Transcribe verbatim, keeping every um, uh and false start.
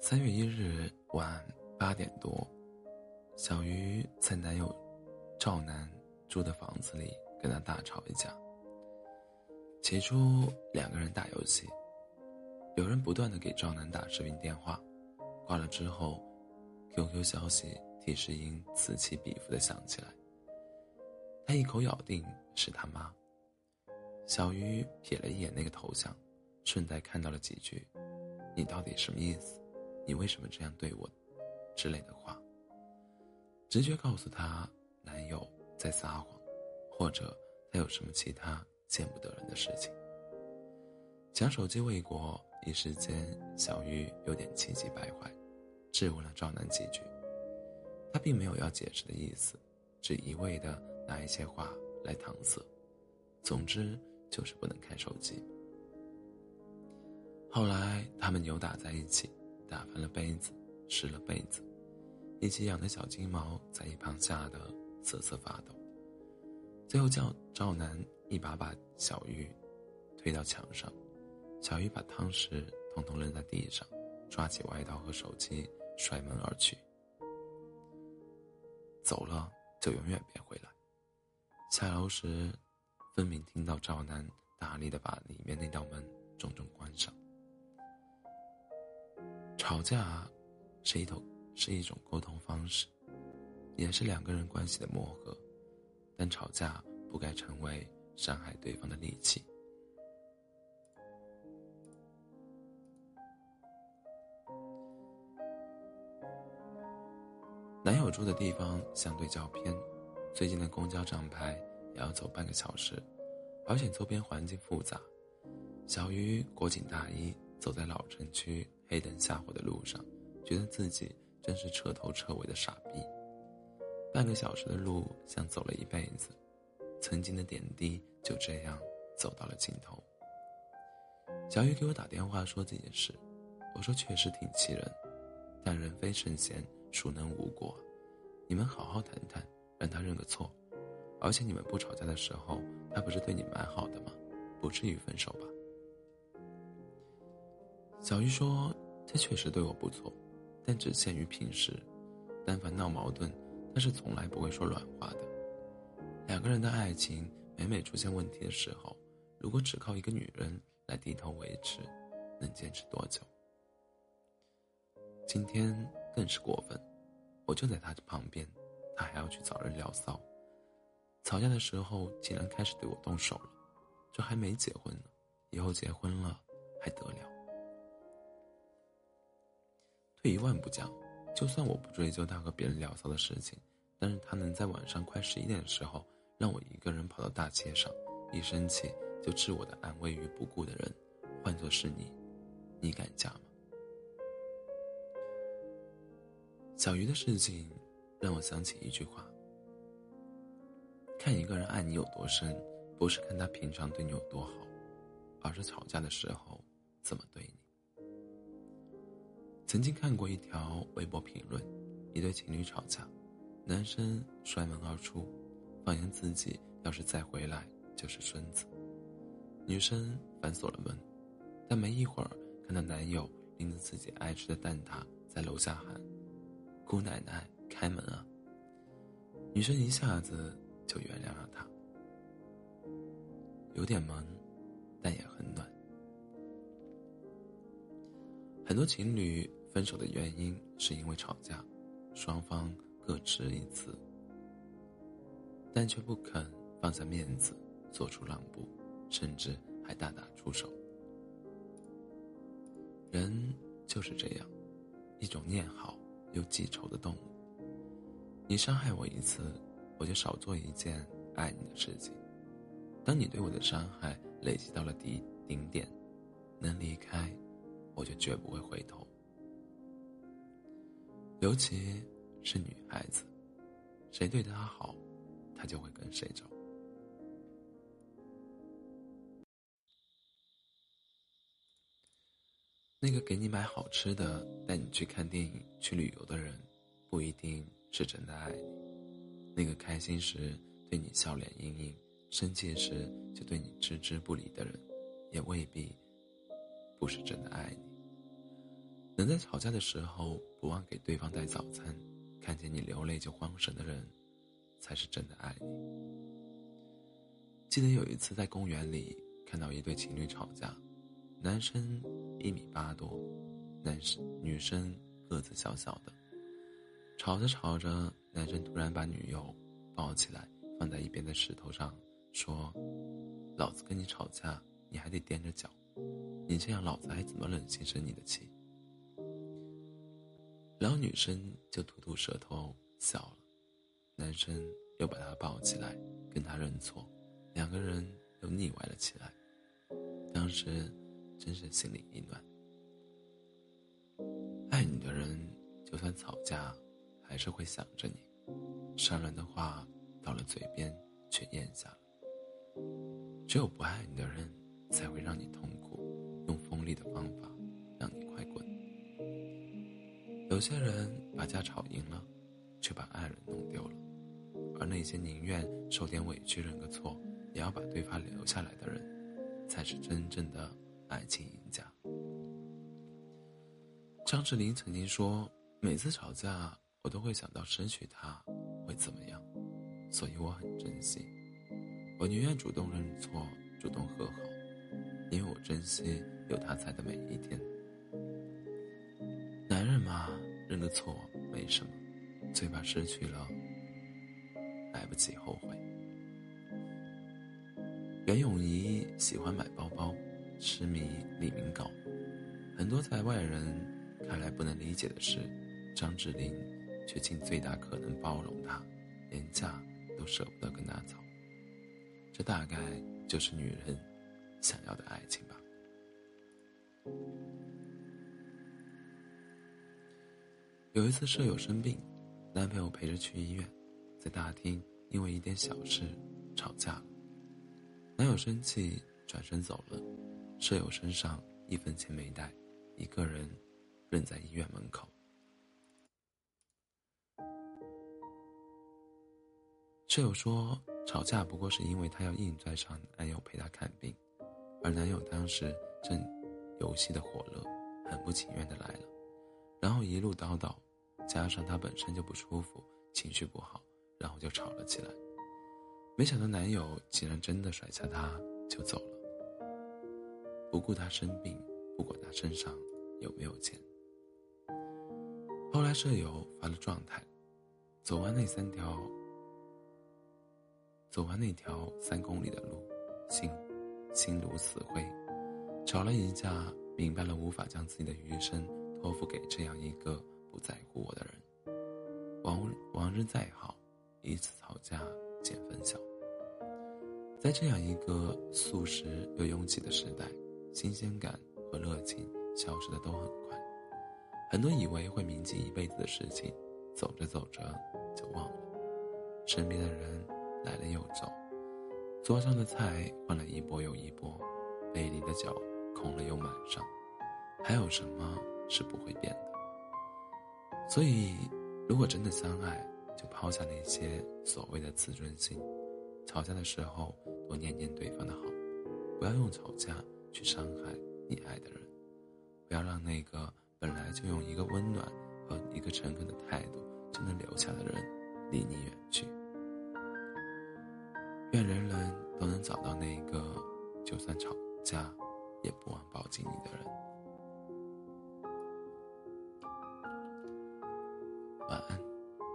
三月一日晚八点多，小鱼在男友赵楠住的房子里跟他大吵一架。起初两个人打游戏，有人不断地给赵楠打视频电话，挂了之后 Q Q 消息提示音此起彼伏地响起来。他一口咬定是他妈。小鱼瞥了一眼那个头像，顺带看到了几句你到底什么意思，你为什么这样对我之类的话。直觉告诉他男友在撒谎，或者他有什么其他见不得人的事情。抢手机未果，一时间小鱼有点气急败坏，质问了赵楠几句。他并没有要解释的意思，只一味地拿一些话来搪塞，总之就是不能看手机。后来他们扭打在一起，打翻了杯子，湿了被子，一起养的小金毛在一旁吓得瑟瑟发抖。最后叫赵楠一把把小鱼推到墙上，小鱼把汤匙统统扔在地上，抓起外套和手机摔门而去。走了就永远别回来。下楼时分明听到赵楠大力地把里面那道门重重关上。吵架是一种是一种沟通方式，也是两个人关系的磨合，但吵架不该成为伤害对方的利器。男友住的地方相对较偏，最近的公交站牌也要走半个小时，而且周边环境复杂。小鱼裹紧大衣，走在老城区黑灯瞎火的路上，觉得自己真是彻头彻尾的傻逼。半个小时的路像走了一辈子，曾经的点滴就这样走到了尽头。小鱼给我打电话说这件事，我说确实挺气人，但人非圣贤，孰能无过？你们好好谈谈，让他认个错。而且你们不吵架的时候，他不是对你蛮好的吗？不至于分手吧？小鱼说，他确实对我不错，但只限于平时。但凡闹矛盾，他是从来不会说软话的。两个人的爱情每每出现问题的时候，如果只靠一个女人来低头维持，能坚持多久？今天更是过分，我就在他旁边，他还要去找人聊骚。吵架的时候竟然开始对我动手了，这还没结婚呢，以后结婚了还得了？退一万步讲，就算我不追究他和别人聊骚的事情，但是他能在晚上快十一点的时候让我一个人跑到大街上，一生气就置我的安危于不顾的人，换作是你，你敢嫁吗？小鱼的事情让我想起一句话，看一个人爱你有多深，不是看他平常对你有多好，而是吵架的时候怎么对你。曾经看过一条微博评论，一对情侣吵架，男生摔门而出，放言自己要是再回来就是孙子。女生反锁了门，但没一会儿看到男友拎着自己爱吃的蛋挞在楼下喊，姑奶奶开门啊。女生一下子就原谅了他，有点萌，但也很暖。很多情侣分手的原因是因为吵架，双方各执一词，但却不肯放下面子做出让步，甚至还大打出手。人就是这样，一种念好又记仇的动物。你伤害我一次，我就少做一件爱你的事情。当你对我的伤害累积到了顶顶点，能离开我就绝不会回头。尤其是女孩子，谁对她好，她就会跟谁走。那个给你买好吃的，带你去看电影、去旅游的人，不一定是真的爱你。那个开心时对你笑脸盈盈，生气时就对你置之不理的人，也未必不是真的爱你。 能在吵架的时候不忘给对方带早餐，看见你流泪就慌神的人，才是真的爱你。记得有一次在公园里看到一对情侣吵架，男生一米八多，男生女生个子小小的。吵着吵着，男生突然把女友抱起来放在一边的石头上，说：老子跟你吵架你还得踮着脚，你这样老子还怎么忍心生你的气。然后女生就吐吐舌头笑了，男生又把她抱起来跟她认错，两个人又腻歪了起来。当时真是心里一暖。爱你的人就算吵架还是会想着你，伤人的话到了嘴边却咽下了。只有不爱你的人才会让你痛苦，用锋利的方法让你快滚。有些人把架吵赢了，却把爱人弄丢了，而那些宁愿受点委屈认个错也要把对方留下来的人，才是真正的爱情赢家。张智霖曾经说，每次吵架我都会想到失去他会怎么样，所以我很珍惜。我宁愿主动认错，主动和好，因为我珍惜有他在的每一天。男人嘛，认个错没什么，最怕失去了来不及后悔。袁咏仪喜欢买包包，痴迷李明镐。很多在外人看来不能理解的事，张智霖却尽最大可能包容他，连架都舍不得跟他吵。这大概就是女人想要的爱情吧。有一次舍友生病，男朋友陪着去医院，在大厅因为一点小事吵架了。男友生气转身走了，舍友身上一分钱没带，一个人扔在医院门口。舍友说，吵架不过是因为他要硬拽上男友陪他看病，而男友当时正游戏的火热，很不情愿的来了，然后一路叨叨，加上他本身就不舒服，情绪不好，然后就吵了起来。没想到男友竟然真的甩下她就走了，不顾她生病，不管她身上有没有钱。后来舍友发了状态，走完那三条走完那条三公里的路，心心如死灰。吵了一架，明白了无法将自己的余生托付给这样一个不在乎我的人。往往日再好，一次吵架见分晓。在这样一个速食又拥挤的时代，新鲜感和热情消失的都很快。很多以为会铭记一辈子的事情，走着走着就忘了。身边的人来了又走，桌上的菜换了一波又一波，杯里的酒空了又满上，还有什么是不会变的？所以如果真的相爱，就抛下那些所谓的自尊心，吵架的时候多念念对方的好，不要用吵架去伤害你爱的人，不要让那个本来就用一个温暖和一个诚恳的态度就能留下的人离你远去。愿人人都能找到那个就算吵架也不忘抱紧你的人。晚安。